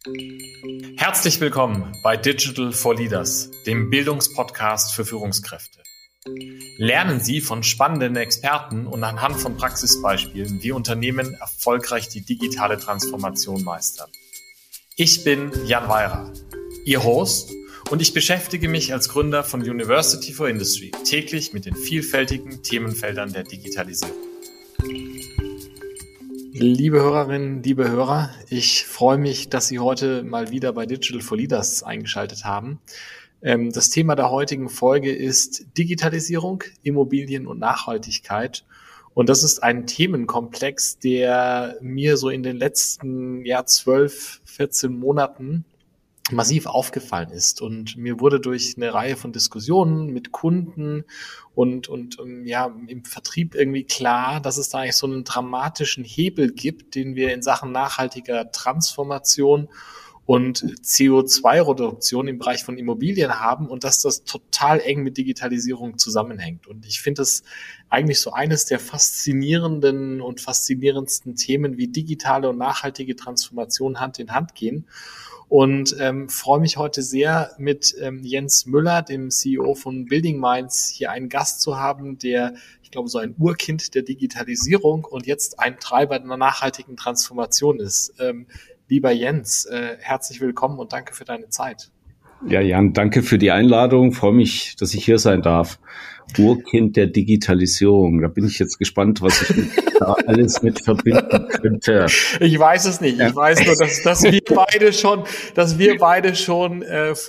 Herzlich willkommen bei Digital for Leaders, dem Bildungspodcast für Führungskräfte. Lernen Sie von spannenden Experten und anhand von Praxisbeispielen, wie Unternehmen erfolgreich die digitale Transformation meistern. Ich bin Jan Weirer, Ihr Host, und ich beschäftige mich als Gründer von University for Industry täglich mit den vielfältigen Themenfeldern der Digitalisierung. Liebe Hörerinnen, liebe Hörer, ich freue mich, dass Sie heute mal wieder bei Digital for Leaders eingeschaltet haben. Das Thema der heutigen Folge ist Digitalisierung, Immobilien und Nachhaltigkeit. Und das ist ein Themenkomplex, der mir so in den letzten 12, 14 Monaten massiv aufgefallen ist. Und mir wurde durch eine Reihe von Diskussionen mit Kunden und im Vertrieb irgendwie klar, dass es da eigentlich so einen dramatischen Hebel gibt, den wir in Sachen nachhaltiger Transformation und CO2-Reduktion im Bereich von Immobilien haben und dass das total eng mit Digitalisierung zusammenhängt. Und ich finde das eigentlich so eines der faszinierenden und faszinierendsten Themen, wie digitale und nachhaltige Transformation Hand in Hand gehen. Und freue mich heute sehr, mit Jens Müller, dem CEO von Building Minds, hier einen Gast zu haben, der, ich glaube, so ein Urkind der Digitalisierung und jetzt ein Treiber einer nachhaltigen Transformation ist. Lieber Jens, herzlich willkommen und danke für deine Zeit. Ja, Jan, danke für die Einladung. Freue mich, dass ich hier sein darf. Urkind der Digitalisierung. Da bin ich jetzt gespannt, was ich da alles mit verbinden könnte. Ich weiß es nicht. Ich weiß nur, dass wir beide schon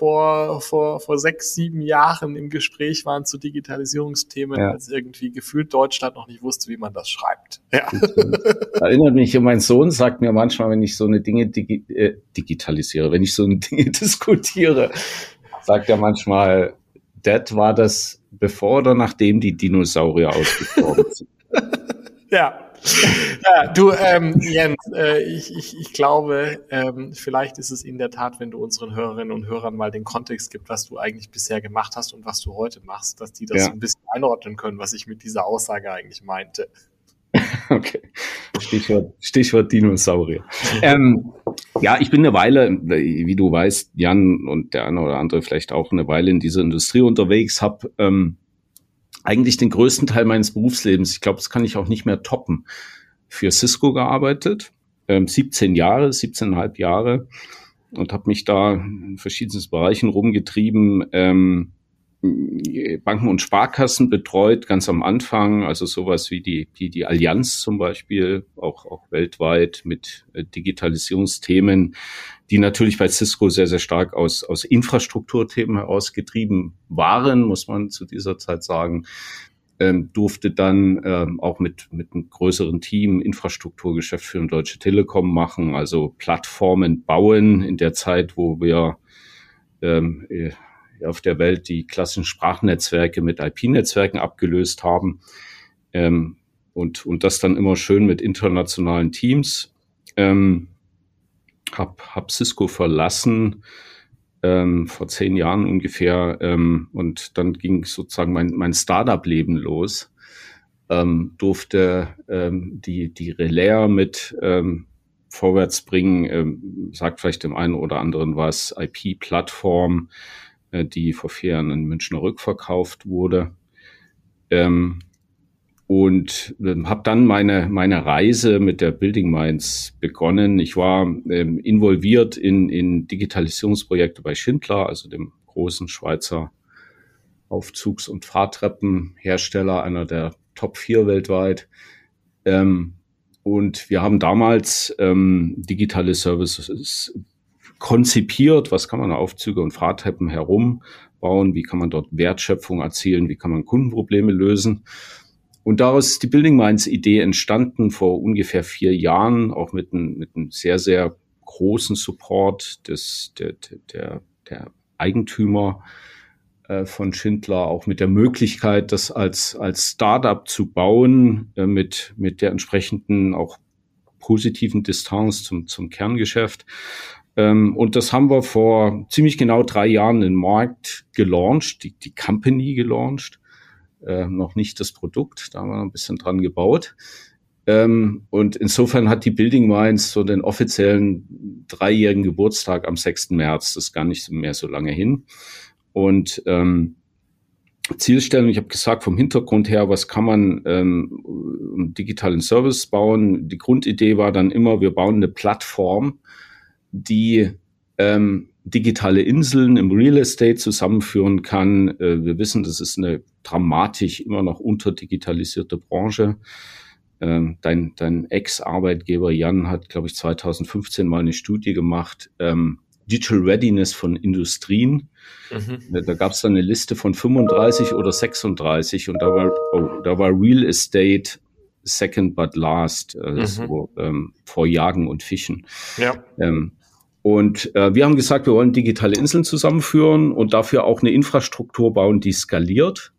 vor 6, 7 Jahren im Gespräch waren zu Digitalisierungsthemen, als irgendwie gefühlt Deutschland noch nicht wusste, wie man das schreibt. Ja. Erinnert mich, und mein Sohn sagt mir manchmal, wenn ich so eine Dinge digitalisiere, wenn ich so eine Dinge diskutiere, sagt er manchmal, Dad, war das bevor oder nachdem die Dinosaurier ausgestorben sind? Ja, du, Jens, ich glaube, vielleicht ist es in der Tat, wenn du unseren Hörerinnen und Hörern mal den Kontext gibst, was du eigentlich bisher gemacht hast und was du heute machst, dass die das so ein bisschen einordnen können, was ich mit dieser Aussage eigentlich meinte. Okay, Stichwort Dinosaurier. Ich bin eine Weile, wie du weißt, Jan und der eine oder andere vielleicht auch eine Weile in dieser Industrie unterwegs, habe eigentlich den größten Teil meines Berufslebens, ich glaube, das kann ich auch nicht mehr toppen, für Cisco gearbeitet, 17,5 Jahre und habe mich da in verschiedenen Bereichen rumgetrieben, Banken und Sparkassen betreut, ganz am Anfang, also sowas wie die Allianz zum Beispiel, auch weltweit mit Digitalisierungsthemen, die natürlich bei Cisco sehr, sehr stark aus Infrastrukturthemen herausgetrieben waren, muss man zu dieser Zeit sagen, durfte dann auch mit einem größeren Team Infrastrukturgeschäft für eine Deutsche Telekom machen, also Plattformen bauen in der Zeit, wo wir auf der Welt die klassischen Sprachnetzwerke mit IP-Netzwerken abgelöst haben, und das dann immer schön mit internationalen Teams. Hab Cisco verlassen vor 10 Jahren ungefähr, und dann ging sozusagen mein Startup-Leben los. Durfte die Relayer mit vorwärts bringen, sagt vielleicht dem einen oder anderen was, IP-Plattform, die vor 4 Jahren in Münchner Rück verkauft wurde. Und habe dann meine Reise mit der Building Minds begonnen. Ich war involviert in Digitalisierungsprojekte bei Schindler, also dem großen Schweizer Aufzugs- und Fahrtreppenhersteller, einer der Top 4 weltweit. Und wir haben damals digitale Services konzipiert, was kann man an Aufzüge und Fahrtreppen herumbauen, wie kann man dort Wertschöpfung erzielen, wie kann man Kundenprobleme lösen. Und daraus ist die Building Minds Idee entstanden vor ungefähr 4 Jahren, auch mit einem sehr, sehr großen Support der Eigentümer von Schindler, auch mit der Möglichkeit, das als Startup zu bauen, mit der entsprechenden auch positiven Distanz zum Kerngeschäft. Und das haben wir vor ziemlich genau 3 Jahren in den Markt gelauncht, die Company gelauncht, noch nicht das Produkt, da haben wir ein bisschen dran gebaut. Und insofern hat die Building Minds so den offiziellen 3-jährigen Geburtstag am 6. März. Das ist gar nicht mehr so lange hin. Und Zielstellung, ich habe gesagt, vom Hintergrund her, was kann man digitalen Service bauen? Die Grundidee war dann immer, wir bauen eine Plattform, die digitale Inseln im Real Estate zusammenführen kann. Wir wissen, das ist eine dramatisch immer noch unterdigitalisierte Branche. Dein Ex-Arbeitgeber Jan hat, glaube ich, 2015 mal eine Studie gemacht, Digital Readiness von Industrien. Da gab es dann eine Liste von 35 oder 36 und da war Real Estate second but last, so, vor Jagen und Fischen. Ja. Und wir haben gesagt, wir wollen digitale Inseln zusammenführen und dafür auch eine Infrastruktur bauen, die skaliert.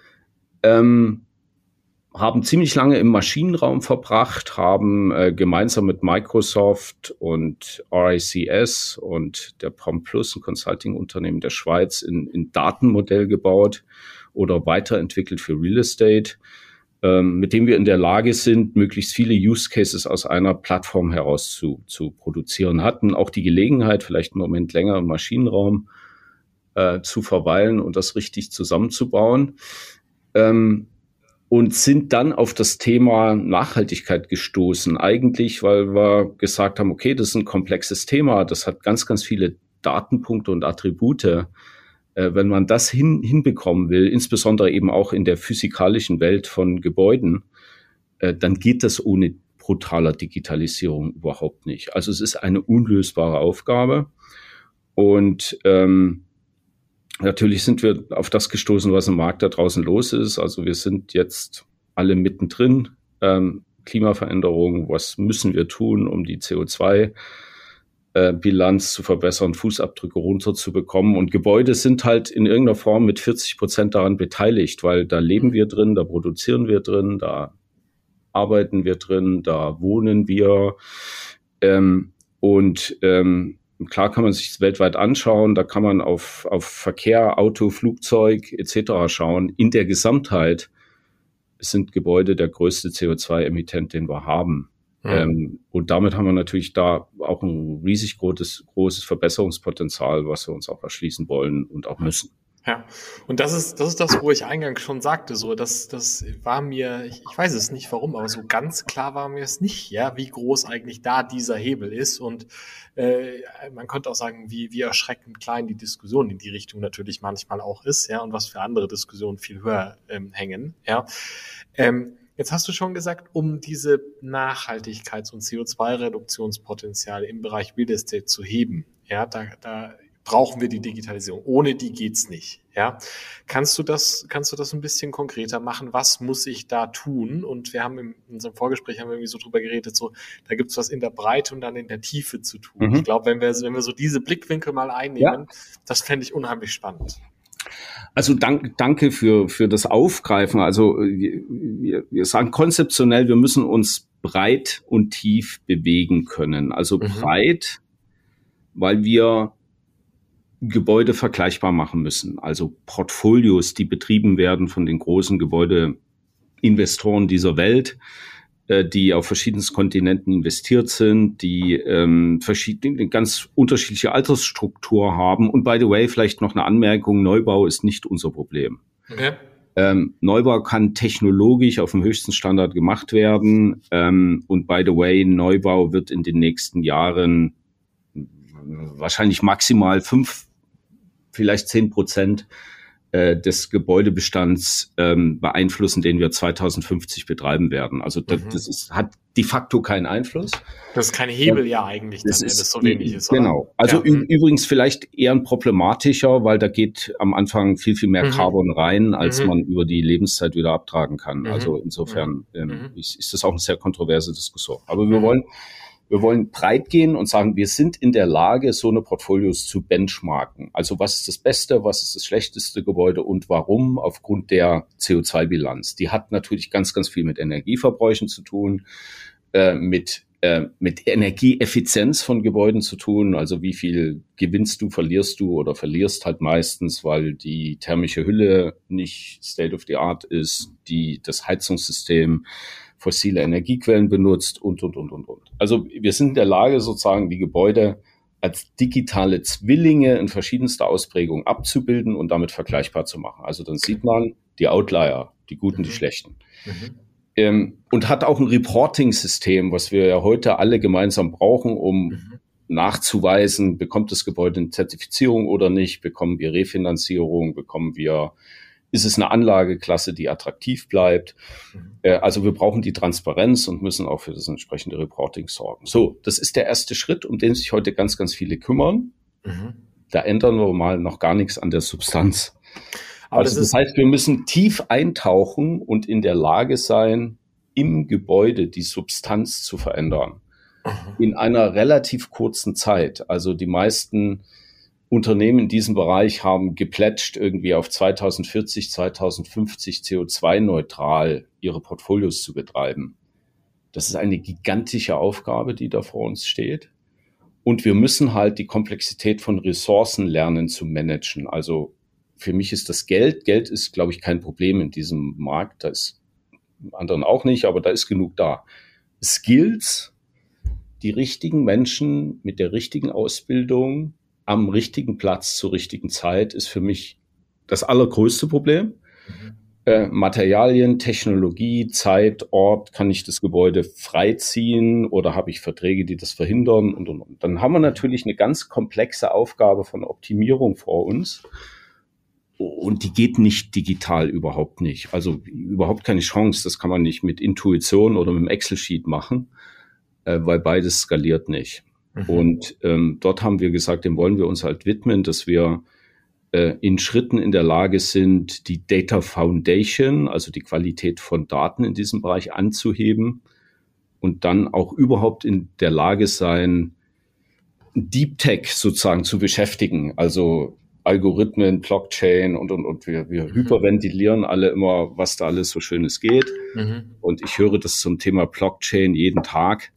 Haben ziemlich lange im Maschinenraum verbracht, haben gemeinsam mit Microsoft und RICS und der PromptPlus, ein Consulting-Unternehmen der Schweiz, in Datenmodell gebaut oder weiterentwickelt für Real Estate, mit dem wir in der Lage sind, möglichst viele Use Cases aus einer Plattform heraus zu produzieren. Hatten auch die Gelegenheit, vielleicht einen Moment länger im Maschinenraum zu verweilen und das richtig zusammenzubauen. Und sind dann auf das Thema Nachhaltigkeit gestoßen. Eigentlich, weil wir gesagt haben, okay, das ist ein komplexes Thema, das hat ganz, ganz viele Datenpunkte und Attribute. Wenn man das hinbekommen will, insbesondere eben auch in der physikalischen Welt von Gebäuden, dann geht das ohne brutaler Digitalisierung überhaupt nicht. Also es ist eine unlösbare Aufgabe. Und natürlich sind wir auf das gestoßen, was im Markt da draußen los ist. Also wir sind jetzt alle mittendrin. Klimaveränderung, was müssen wir tun, um die CO2-Bilanz zu verbessern, Fußabdrücke runterzubekommen. Und Gebäude sind halt in irgendeiner Form mit 40% daran beteiligt, weil da leben wir drin, da produzieren wir drin, da arbeiten wir drin, da wohnen wir. Klar kann man sich das weltweit anschauen, da kann man auf Verkehr, Auto, Flugzeug etc. schauen. In der Gesamtheit sind Gebäude der größte CO2-Emittent, den wir haben. Und damit haben wir natürlich da auch ein riesig großes Verbesserungspotenzial, was wir uns auch erschließen wollen und auch müssen. Ja, und das ist das, wo ich eingangs schon sagte, so, das war mir, ich weiß es nicht warum, aber so ganz klar war mir es nicht, ja, wie groß eigentlich da dieser Hebel ist und man könnte auch sagen, wie erschreckend klein die Diskussion in die Richtung natürlich manchmal auch ist, ja, und was für andere Diskussionen viel höher hängen, ja. Jetzt hast du schon gesagt, um diese Nachhaltigkeits- und CO2-Reduktionspotenziale im Bereich Real Estate zu heben, ja, da brauchen wir die Digitalisierung. Ohne die geht's nicht. Ja, kannst du das ein bisschen konkreter machen? Was muss ich da tun? Und wir haben in unserem Vorgespräch irgendwie so drüber geredet, so da gibt's was in der Breite und dann in der Tiefe zu tun. Ich glaube, wenn wir so diese Blickwinkel mal einnehmen, das fände ich unheimlich spannend. Also danke für das Aufgreifen. Also wir sagen konzeptionell, wir müssen uns breit und tief bewegen können. Also breit, weil wir Gebäude vergleichbar machen müssen. Also Portfolios, die betrieben werden von den großen Gebäudeinvestoren dieser Welt, die auf verschiedensten Kontinenten investiert sind, die verschiedene, ganz unterschiedliche Altersstruktur haben. Und by the way, vielleicht noch eine Anmerkung, Neubau ist nicht unser Problem. Okay. Neubau kann technologisch auf dem höchsten Standard gemacht werden. Und by the way, Neubau wird in den nächsten Jahren wahrscheinlich maximal 5, vielleicht 10% des Gebäudebestands beeinflussen, den wir 2050 betreiben werden. Also das hat de facto keinen Einfluss. Das ist kein Hebel ja eigentlich, dann, wenn es so wenig ist. Genau. Oder? Also übrigens vielleicht eher ein problematischer, weil da geht am Anfang viel, viel mehr Carbon rein, als man über die Lebenszeit wieder abtragen kann. Also insofern ist das auch eine sehr kontroverse Diskussion. Aber wir wollen breit gehen und sagen, wir sind in der Lage, so eine Portfolios zu benchmarken. Also was ist das beste, was ist das schlechteste Gebäude und warum? Aufgrund der CO2-Bilanz. Die hat natürlich ganz, ganz viel mit Energieverbräuchen zu tun, mit Energieeffizienz von Gebäuden zu tun. Also wie viel gewinnst du, verlierst du oder verlierst halt meistens, weil die thermische Hülle nicht State of the Art ist, das Heizungssystem fossile Energiequellen benutzt und. Also wir sind in der Lage, sozusagen die Gebäude als digitale Zwillinge in verschiedenster Ausprägung abzubilden und damit vergleichbar zu machen. Also dann sieht man die Outlier, die guten, die schlechten. Und hat auch ein Reporting-System, was wir ja heute alle gemeinsam brauchen, um nachzuweisen, bekommt das Gebäude eine Zertifizierung oder nicht, bekommen wir Refinanzierung, ist es eine Anlageklasse, die attraktiv bleibt. Also wir brauchen die Transparenz und müssen auch für das entsprechende Reporting sorgen. So, das ist der erste Schritt, um den sich heute ganz, ganz viele kümmern. Da ändern wir mal noch gar nichts an der Substanz. Aber also das heißt, wir müssen tief eintauchen und in der Lage sein, im Gebäude die Substanz zu verändern. In einer relativ kurzen Zeit. Also die meisten Unternehmen in diesem Bereich haben geplätscht, irgendwie auf 2040, 2050 CO2-neutral ihre Portfolios zu betreiben. Das ist eine gigantische Aufgabe, die da vor uns steht. Und wir müssen halt die Komplexität von Ressourcen lernen zu managen. Also für mich ist das Geld. Geld ist, glaube ich, kein Problem in diesem Markt. Da ist anderen auch nicht, aber da ist genug da. Skills, die richtigen Menschen mit der richtigen Ausbildung am richtigen Platz zur richtigen Zeit ist für mich das allergrößte Problem. Materialien, Technologie, Zeit, Ort, kann ich das Gebäude freiziehen oder habe ich Verträge, die das verhindern und. Dann haben wir natürlich eine ganz komplexe Aufgabe von Optimierung vor uns. Und die geht nicht digital, überhaupt nicht. Also überhaupt keine Chance. Das kann man nicht mit Intuition oder mit einem Excel-Sheet machen, weil beides skaliert nicht. Und dort haben wir gesagt, dem wollen wir uns halt widmen, dass wir in Schritten in der Lage sind, die Data Foundation, also die Qualität von Daten in diesem Bereich anzuheben und dann auch überhaupt in der Lage sein, Deep Tech sozusagen zu beschäftigen, also Algorithmen, Blockchain und. Wir hyperventilieren alle immer, was da alles so Schönes geht. Und ich höre das zum Thema Blockchain jeden Tag.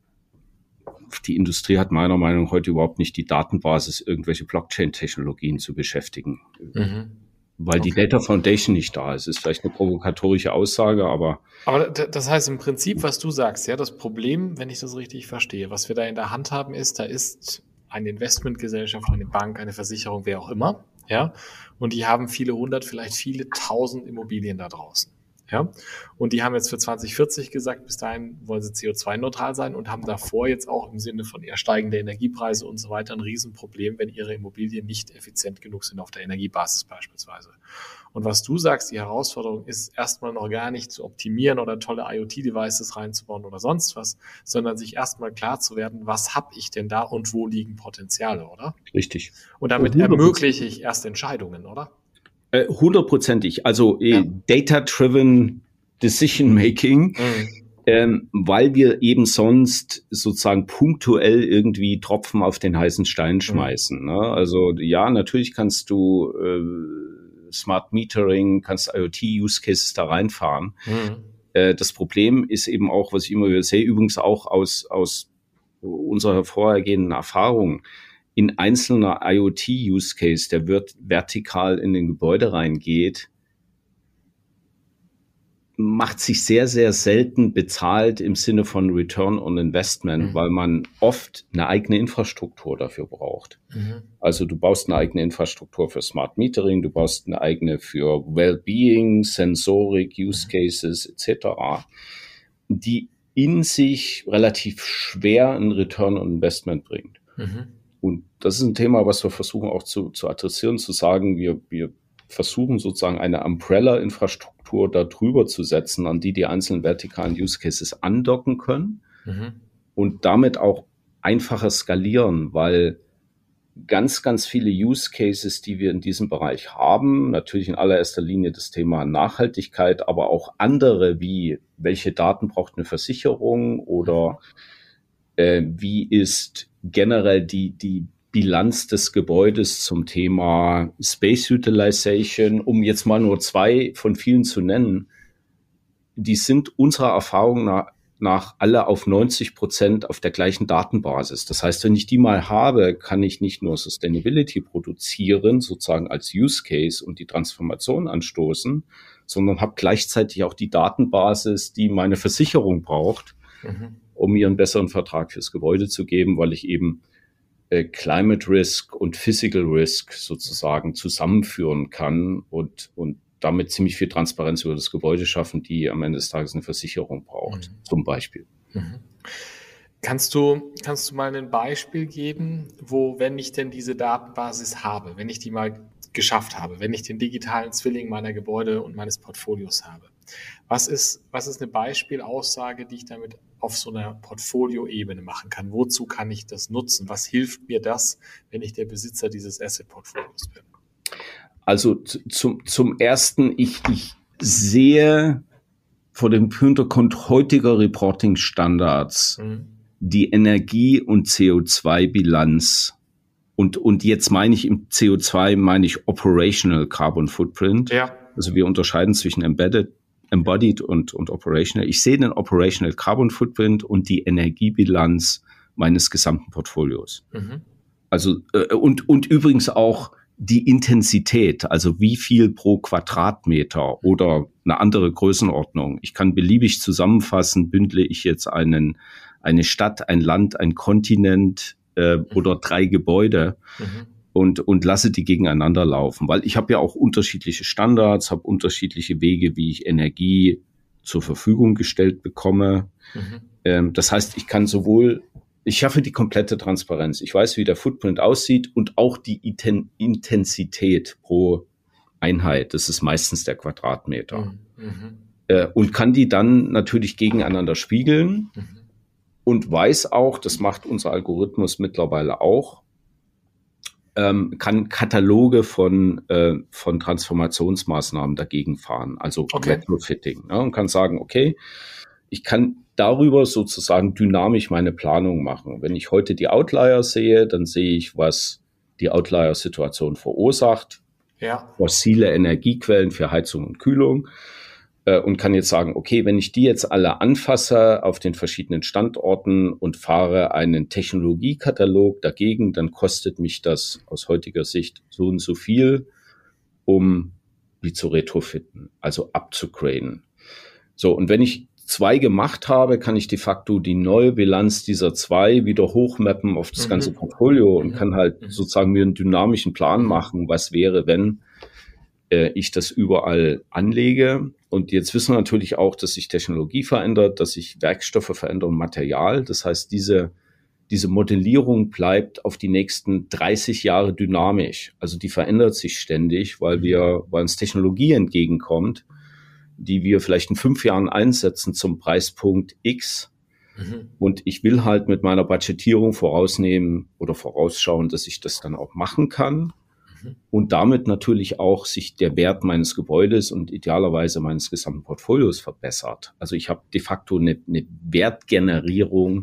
Die Industrie hat meiner Meinung nach heute überhaupt nicht die Datenbasis, irgendwelche Blockchain-Technologien zu beschäftigen. Weil die Data Foundation nicht da ist. Ist vielleicht eine provokatorische Aussage, aber... Aber das heißt im Prinzip, was du sagst, ja, das Problem, wenn ich das richtig verstehe, was wir da in der Hand haben, ist, da ist eine Investmentgesellschaft, eine Bank, eine Versicherung, wer auch immer, ja, und die haben viele hundert, vielleicht viele tausend Immobilien da draußen. Ja, und die haben jetzt für 2040 gesagt, bis dahin wollen sie CO2-neutral sein und haben davor jetzt auch im Sinne von eher steigender Energiepreise und so weiter ein Riesenproblem, wenn ihre Immobilien nicht effizient genug sind auf der Energiebasis beispielsweise. Und was du sagst, die Herausforderung ist erstmal noch gar nicht zu optimieren oder tolle IoT-Devices reinzubauen oder sonst was, sondern sich erstmal klar zu werden, was habe ich denn da und wo liegen Potenziale, oder? Richtig. Und damit ermögliche ich erst Entscheidungen, oder? 100%ig, also Data-Driven Decision-Making, weil wir eben sonst sozusagen punktuell irgendwie Tropfen auf den heißen Stein schmeißen. Ne? Also ja, natürlich kannst du Smart Metering, kannst IoT-Use-Cases da reinfahren. Das Problem ist eben auch, was ich immer wieder sehe, übrigens auch aus unserer hervorgehenden Erfahrung, in einzelner IoT-Use-Case, der wird vertikal in den Gebäude reingeht, macht sich sehr, sehr selten bezahlt im Sinne von Return on Investment, weil man oft eine eigene Infrastruktur dafür braucht. Also du baust eine eigene Infrastruktur für Smart Metering, du baust eine eigene für Wellbeing, Sensorik, Use Cases etc., die in sich relativ schwer einen Return on Investment bringt. Und das ist ein Thema, was wir versuchen auch zu adressieren, zu sagen, wir versuchen sozusagen eine Umbrella-Infrastruktur da drüber zu setzen, an die einzelnen vertikalen Use Cases andocken können und damit auch einfacher skalieren, weil ganz, ganz viele Use Cases, die wir in diesem Bereich haben, natürlich in allererster Linie das Thema Nachhaltigkeit, aber auch andere wie, welche Daten braucht eine Versicherung oder wie ist generell die Bilanz des Gebäudes zum Thema Space Utilization, um jetzt mal nur 2 von vielen zu nennen, die sind unserer Erfahrung nach alle auf 90% auf der gleichen Datenbasis. Das heißt, wenn ich die mal habe, kann ich nicht nur Sustainability produzieren, sozusagen als Use Case und die Transformation anstoßen, sondern habe gleichzeitig auch die Datenbasis, die meine Versicherung braucht, um mir einen besseren Vertrag fürs Gebäude zu geben, weil ich eben Climate Risk und Physical Risk sozusagen zusammenführen kann und damit ziemlich viel Transparenz über das Gebäude schaffen, die am Ende des Tages eine Versicherung braucht, zum Beispiel. Kannst du mal ein Beispiel geben, wo, wenn ich denn diese Datenbasis habe, wenn ich die mal geschafft habe, wenn ich den digitalen Zwilling meiner Gebäude und meines Portfolios habe, was ist eine Beispielaussage, die ich damit auf so einer Portfolioebene machen kann? Wozu kann ich das nutzen? Was hilft mir das, wenn ich der Besitzer dieses Asset-Portfolios bin? Also zum Ersten, ich sehe vor dem Hintergrund heutiger Reporting-Standards die Energie- und CO2-Bilanz. Und jetzt meine ich im CO2 meine ich Operational Carbon Footprint. Ja. Also wir unterscheiden zwischen Embodied und Operational. Ich sehe den Operational Carbon Footprint und die Energiebilanz meines gesamten Portfolios. Also und übrigens auch die Intensität, also wie viel pro Quadratmeter oder eine andere Größenordnung. Ich kann beliebig zusammenfassen, bündle ich jetzt eine Stadt, ein Land, ein Kontinent oder 3 Gebäude und lasse die gegeneinander laufen. Weil ich habe ja auch unterschiedliche Standards, habe unterschiedliche Wege, wie ich Energie zur Verfügung gestellt bekomme. Das heißt, ich schaffe die komplette Transparenz. Ich weiß, wie der Footprint aussieht und auch die Intensität pro Einheit. Das ist meistens der Quadratmeter. Und kann die dann natürlich gegeneinander spiegeln und weiß auch, das macht unser Algorithmus mittlerweile auch, kann Kataloge von Transformationsmaßnahmen dagegen fahren, also Retrofitting. Ne, und kann sagen, okay, ich kann darüber sozusagen dynamisch meine Planung machen. Wenn ich heute die Outlier sehe, dann sehe ich, was die Outlier-Situation verursacht. Ja. Fossile Energiequellen für Heizung und Kühlung. Und kann jetzt sagen, okay, wenn ich die jetzt alle anfasse auf den verschiedenen Standorten und fahre einen Technologiekatalog dagegen, dann kostet mich das aus heutiger Sicht so und so viel, um die zu retrofitten, also abzugraden. So, und wenn ich 2 gemacht habe, kann ich de facto die neue Bilanz dieser 2 wieder hochmappen auf das ganze Portfolio und kann halt sozusagen mir einen dynamischen Plan machen, was wäre, wenn ich das überall anlege. Und jetzt wissen wir natürlich auch, dass sich Technologie verändert, dass sich Werkstoffe verändern, Material. Das heißt, diese Modellierung bleibt auf die nächsten 30 Jahre dynamisch. Also die verändert sich ständig, weil uns Technologie entgegenkommt, die wir vielleicht in 5 Jahren einsetzen zum Preispunkt X. Und ich will halt mit meiner Budgetierung vorausschauen, dass ich das dann auch machen kann. Und damit natürlich auch sich der Wert meines Gebäudes und idealerweise meines gesamten Portfolios verbessert. Also ich habe de facto eine Wertgenerierung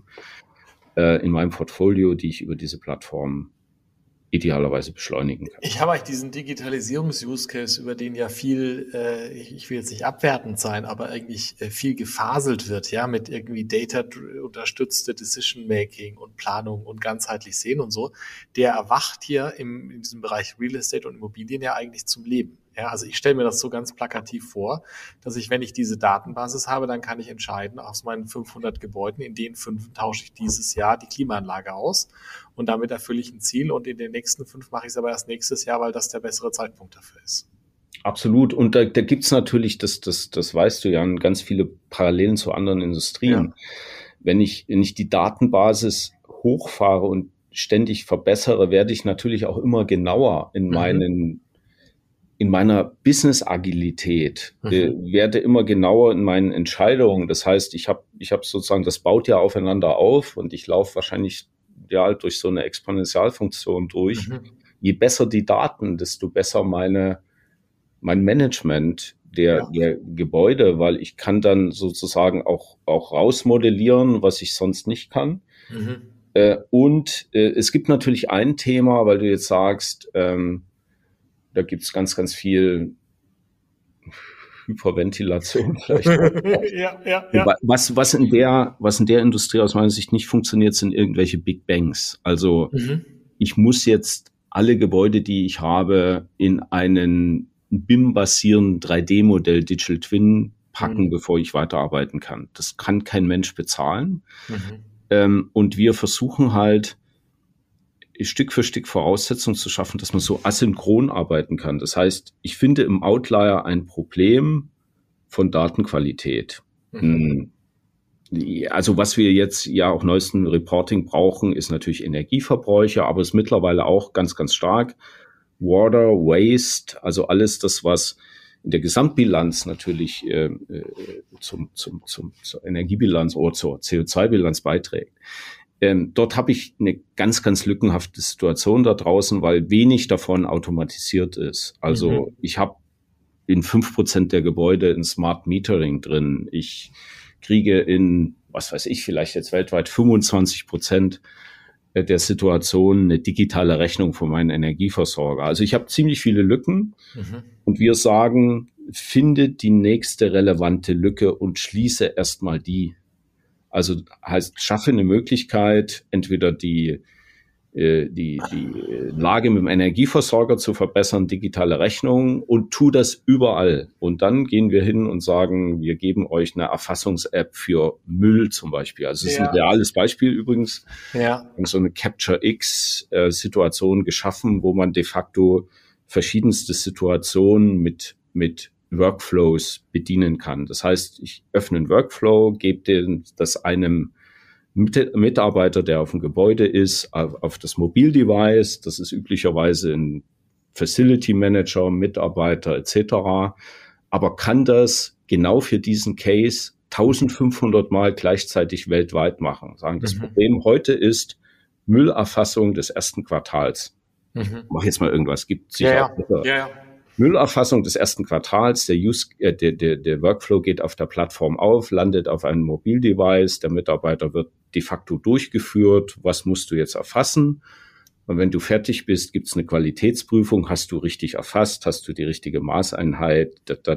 in meinem Portfolio, die ich über diese Plattform idealerweise beschleunigen kann. Ich habe eigentlich diesen Digitalisierungs-Use-Case, über den ja viel, ich will jetzt nicht abwertend sein, aber eigentlich viel gefaselt wird, ja, mit irgendwie Data-unterstützte Decision-Making und Planung und ganzheitlich sehen und so, der erwacht hier in diesem Bereich Real Estate und Immobilien ja eigentlich zum Leben. Ja, also ich stelle mir das so ganz plakativ vor, dass ich, wenn ich diese Datenbasis habe, dann kann ich entscheiden, aus meinen 500 Gebäuden, in den 5 tausche ich dieses Jahr die Klimaanlage aus und damit erfülle ich ein Ziel und in den nächsten 5 mache ich es aber erst nächstes Jahr, weil das der bessere Zeitpunkt dafür ist. Absolut. Und da gibt's natürlich, das weißt du ja, ganz viele Parallelen zu anderen Industrien. Ja. Wenn ich die Datenbasis hochfahre und ständig verbessere, werde ich natürlich auch immer genauer in meiner Business-Agilität, werde immer genauer in meinen Entscheidungen. Das heißt, ich hab sozusagen, das baut ja aufeinander auf und ich laufe wahrscheinlich halt durch so eine Exponentialfunktion durch. Je besser die Daten, desto besser mein Management der Gebäude, weil ich kann dann sozusagen auch rausmodellieren, was ich sonst nicht kann. Und es gibt natürlich ein Thema, weil du jetzt sagst, da gibt's ganz, ganz viel Hyperventilation vielleicht. Ja. Was in der Industrie aus meiner Sicht nicht funktioniert, sind irgendwelche Big Bangs. Also ich muss jetzt alle Gebäude, die ich habe, in einen ein BIM-basierenden 3D-Modell Digital Twin packen, bevor ich weiterarbeiten kann. Das kann kein Mensch bezahlen. Und wir versuchen halt, Stück für Stück Voraussetzungen zu schaffen, dass man so asynchron arbeiten kann. Das heißt, ich finde im Outlier ein Problem von Datenqualität. Also was wir jetzt ja auch neuesten Reporting brauchen, ist natürlich Energieverbräuche, aber es ist mittlerweile auch ganz, ganz stark Water, Waste, also alles das, was in der Gesamtbilanz natürlich zur Energiebilanz oder zur CO2-Bilanz beiträgt. Dort habe ich eine ganz, ganz lückenhafte Situation da draußen, weil wenig davon automatisiert ist. Also ich habe in 5% der Gebäude ein Smart Metering drin. Ich kriege in, was weiß ich, vielleicht jetzt weltweit 25% der Situation eine digitale Rechnung von meinem Energieversorger. Also ich habe ziemlich viele Lücken und wir sagen, finde die nächste relevante Lücke und schließe erstmal die. Also heißt, schaffe eine Möglichkeit, entweder die Lage mit dem Energieversorger zu verbessern, digitale Rechnungen, und tu das überall. Und dann gehen wir hin und sagen, wir geben euch eine Erfassungs-App für Müll zum Beispiel. Also es ist ein reales Beispiel übrigens. So eine Capture-X-Situation geschaffen, wo man de facto verschiedenste Situationen mit Workflows bedienen kann. Das heißt, ich öffne einen Workflow, gebe das einem Mitarbeiter, der auf dem Gebäude ist, auf das Mobildevice. Das ist üblicherweise ein Facility Manager, Mitarbeiter etc. Aber kann das genau für diesen Case 1500 Mal gleichzeitig weltweit machen. Sagen, das Problem heute ist Müllerfassung des ersten Quartals. Mach jetzt mal irgendwas, gibt sicher. Müllerfassung des ersten Quartals, der Workflow geht auf der Plattform auf, landet auf einem Mobildevice, der Mitarbeiter wird de facto durchgeführt, was musst du jetzt erfassen? Und wenn du fertig bist, gibt's eine Qualitätsprüfung, hast du richtig erfasst, hast du die richtige Maßeinheit,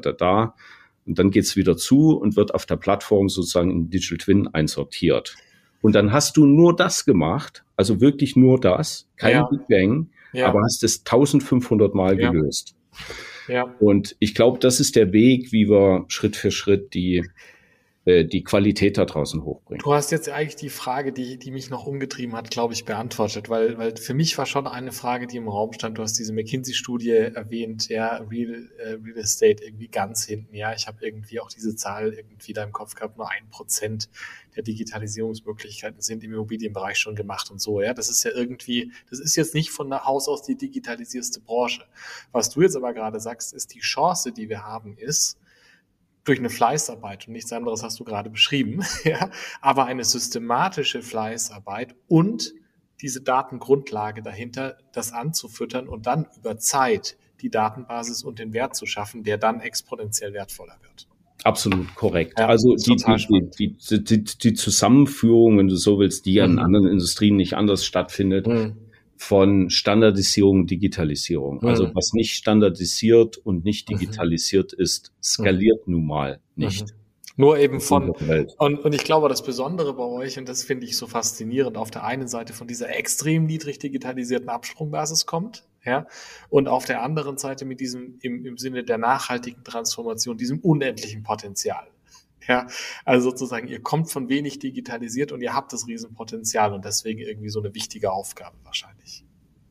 und dann geht's wieder zu und wird auf der Plattform sozusagen in Digital Twin einsortiert. Und dann hast du nur das gemacht, also wirklich nur das, kein Big Bang, aber hast es 1500 Mal gelöst. Und ich glaube, das ist der Weg, wie wir Schritt für Schritt die Qualität da draußen hochbringen. Du hast jetzt eigentlich die Frage, die mich noch umgetrieben hat, glaube ich, beantwortet, weil für mich war schon eine Frage, die im Raum stand. Du hast diese McKinsey-Studie erwähnt, Real Estate irgendwie ganz hinten. Ja, ich habe irgendwie auch diese Zahl irgendwie da im Kopf gehabt, nur 1% der Digitalisierungsmöglichkeiten sind im Immobilienbereich schon gemacht und so. Ja, das ist ja irgendwie, das ist jetzt nicht von Haus aus die digitalisierste Branche. Was du jetzt aber gerade sagst, ist die Chance, die wir haben, ist, durch eine Fleißarbeit, und nichts anderes hast du gerade beschrieben, aber eine systematische Fleißarbeit und diese Datengrundlage dahinter, das anzufüttern und dann über Zeit die Datenbasis und den Wert zu schaffen, der dann exponentiell wertvoller wird. Absolut korrekt. Also die Zusammenführung, wenn du so willst, die an anderen Industrien nicht anders stattfindet, von Standardisierung und Digitalisierung. Also was nicht standardisiert und nicht digitalisiert ist, skaliert nun mal nicht. Nur eben und ich glaube, das Besondere bei euch, und das finde ich so faszinierend, auf der einen Seite von dieser extrem niedrig digitalisierten Absprungbasis kommt, und auf der anderen Seite mit diesem, im Sinne der nachhaltigen Transformation, diesem unendlichen Potenzial. Also sozusagen, ihr kommt von wenig digitalisiert und ihr habt das Riesenpotenzial und deswegen irgendwie so eine wichtige Aufgabe wahrscheinlich.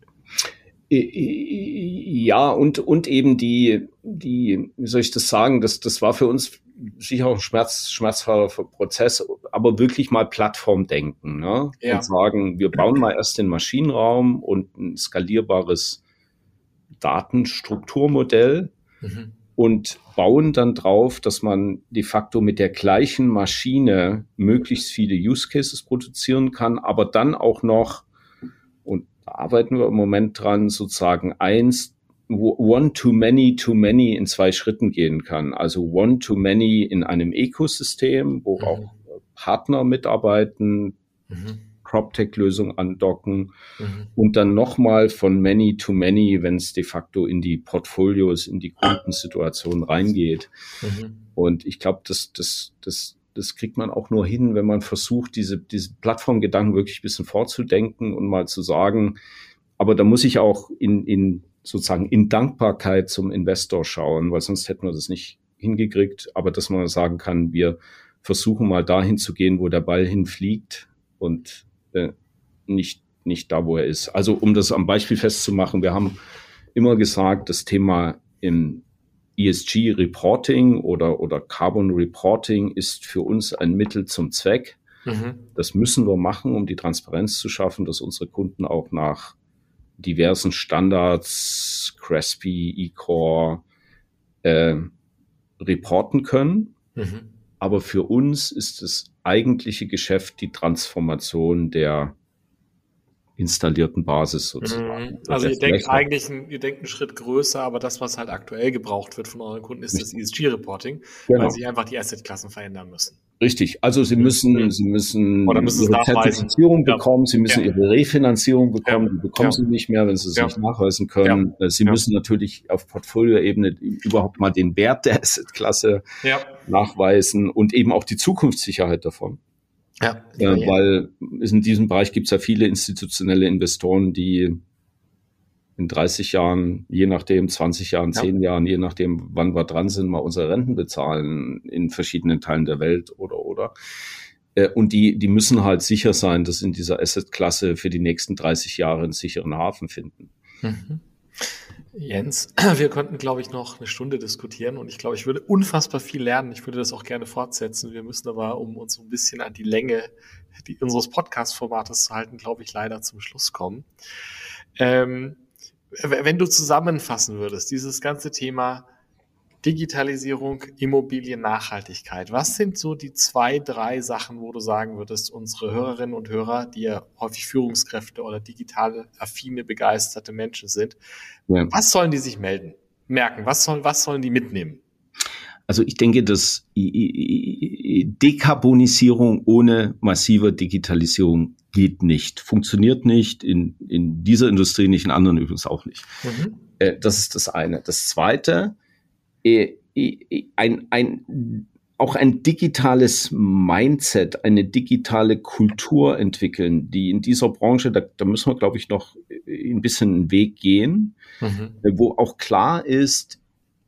Ja, und eben die, wie soll ich das sagen, das war für uns sicher auch ein schmerzvoller Prozess, aber wirklich mal Plattformdenken, ne? Und sagen, wir bauen mal erst den Maschinenraum und ein skalierbares Datenstrukturmodell und bauen dann drauf, dass man de facto mit der gleichen Maschine möglichst viele Use Cases produzieren kann, aber dann auch noch, und da arbeiten wir im Moment dran, sozusagen one to many in 2 Schritten gehen kann. Also one to many in einem Ökosystem, wo auch Partner mitarbeiten, PropTech-Lösungen andocken und dann nochmal von many to many, wenn es de facto in die Portfolios, in die Kundensituation reingeht. Und ich glaube, das kriegt man auch nur hin, wenn man versucht, diese Plattformgedanken wirklich ein bisschen vorzudenken und mal zu sagen, Aber da muss ich auch sozusagen in Dankbarkeit zum Investor schauen, weil sonst hätten wir das nicht hingekriegt. Aber dass man sagen kann, wir versuchen mal dahin zu gehen, wo der Ball hinfliegt und nicht da, wo er ist. Also um das am Beispiel festzumachen, wir haben immer gesagt, das Thema im ESG Reporting oder Carbon Reporting ist für uns ein Mittel zum Zweck. Das müssen wir machen, um die Transparenz zu schaffen, dass unsere Kunden auch nach diversen Standards, CRESP, eCore, reporten können. Aber für uns ist das eigentliche Geschäft die Transformation der installierten Basis sozusagen. Also ihr denkt einen Schritt größer, aber das, was halt aktuell gebraucht wird von euren Kunden, ist das ESG-Reporting, weil sie einfach die Assetklassen verändern müssen. Richtig, also sie müssen ihre Zertifizierung bekommen, sie müssen ihre Refinanzierung bekommen, die bekommen sie nicht mehr, wenn sie es nicht nachweisen können. Sie müssen natürlich auf Portfolioebene überhaupt mal den Wert der Assetklasse nachweisen und eben auch die Zukunftssicherheit davon. Weil in diesem Bereich gibt es ja viele institutionelle Investoren, die in 30 Jahren, je nachdem, 20 Jahren, 10 Jahren, je nachdem, wann wir dran sind, mal unsere Renten bezahlen in verschiedenen Teilen der Welt oder. Und die müssen halt sicher sein, dass in dieser Assetklasse für die nächsten 30 Jahre einen sicheren Hafen finden. Jens, wir könnten, glaube ich, noch eine Stunde diskutieren und ich glaube, ich würde unfassbar viel lernen. Ich würde das auch gerne fortsetzen. Wir müssen aber, um uns so ein bisschen an die Länge unseres Podcast-Formates zu halten, glaube ich, leider zum Schluss kommen. Wenn du zusammenfassen würdest, dieses ganze Thema Digitalisierung, Immobilien, Nachhaltigkeit, was sind so die 2, 3 Sachen, wo du sagen würdest, unsere Hörerinnen und Hörer, die ja häufig Führungskräfte oder digital affine, begeisterte Menschen sind, was sollen die sich merken? Was sollen die mitnehmen? Also ich denke, dass Dekarbonisierung ohne massive Digitalisierung geht nicht, funktioniert nicht, in dieser Industrie nicht, in anderen übrigens auch nicht. Das ist das eine. Das zweite, auch ein digitales Mindset, eine digitale Kultur entwickeln, die in dieser Branche, da müssen wir, glaube ich, noch ein bisschen einen Weg gehen, wo auch klar ist,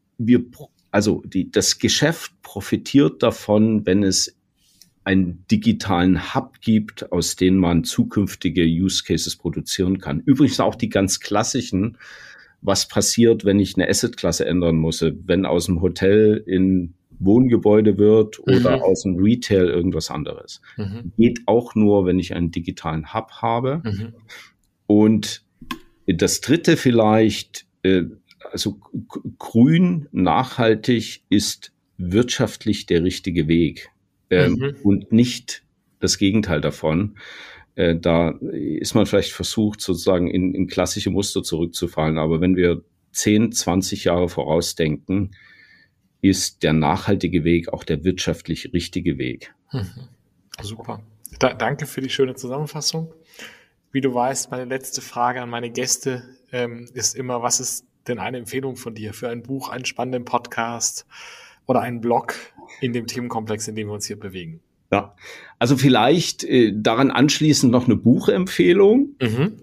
das Geschäft profitiert davon, wenn es einen digitalen Hub gibt, aus dem man zukünftige Use Cases produzieren kann. Übrigens auch die ganz klassischen, was passiert, wenn ich eine Assetklasse ändern muss, wenn aus dem Hotel in Wohngebäude wird oder aus dem Retail irgendwas anderes. Geht auch nur, wenn ich einen digitalen Hub habe. Und das dritte vielleicht, also grün, nachhaltig ist wirtschaftlich der richtige Weg und nicht das Gegenteil davon. Da ist man vielleicht versucht, sozusagen in klassische Muster zurückzufallen. Aber wenn wir 10, 20 Jahre vorausdenken, ist der nachhaltige Weg auch der wirtschaftlich richtige Weg. Super. Danke für die schöne Zusammenfassung. Wie du weißt, meine letzte Frage an meine Gäste ist immer, was ist denn eine Empfehlung von dir für ein Buch, einen spannenden Podcast oder einen Blog in dem Themenkomplex, in dem wir uns hier bewegen? Ja, also vielleicht daran anschließend noch eine Buchempfehlung.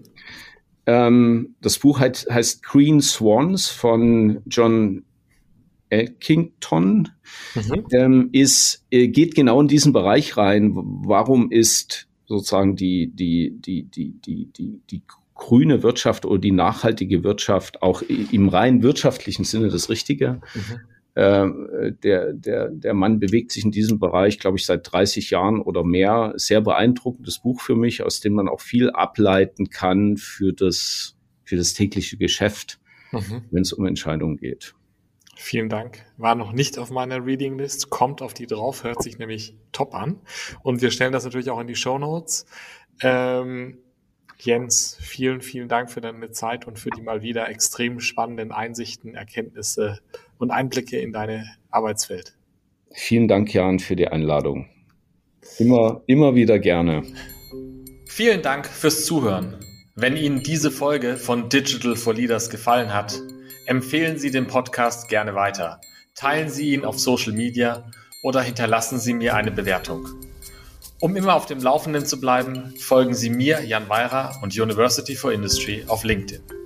Das Buch heißt Green Swans von John Elkington. Geht genau in diesen Bereich rein. Warum ist sozusagen die grüne Wirtschaft oder die nachhaltige Wirtschaft auch im rein wirtschaftlichen Sinne das Richtige? Der Mann bewegt sich in diesem Bereich, glaube ich, seit 30 Jahren oder mehr. Sehr beeindruckendes Buch für mich, aus dem man auch viel ableiten kann für das tägliche Geschäft, wenn es um Entscheidungen geht. Vielen Dank. War noch nicht auf meiner Reading List, kommt auf die drauf, hört sich nämlich top an. Und wir stellen das natürlich auch in die Shownotes. Jens, vielen, vielen Dank für deine Zeit und für die mal wieder extrem spannenden Einsichten, Erkenntnisse und Einblicke in deine Arbeitswelt. Vielen Dank, Jan, für die Einladung. Immer wieder gerne. Vielen Dank fürs Zuhören. Wenn Ihnen diese Folge von Digital for Leaders gefallen hat, empfehlen Sie den Podcast gerne weiter. Teilen Sie ihn auf Social Media oder hinterlassen Sie mir eine Bewertung. Um immer auf dem Laufenden zu bleiben, folgen Sie mir, Jan Weirer und University for Industry auf LinkedIn.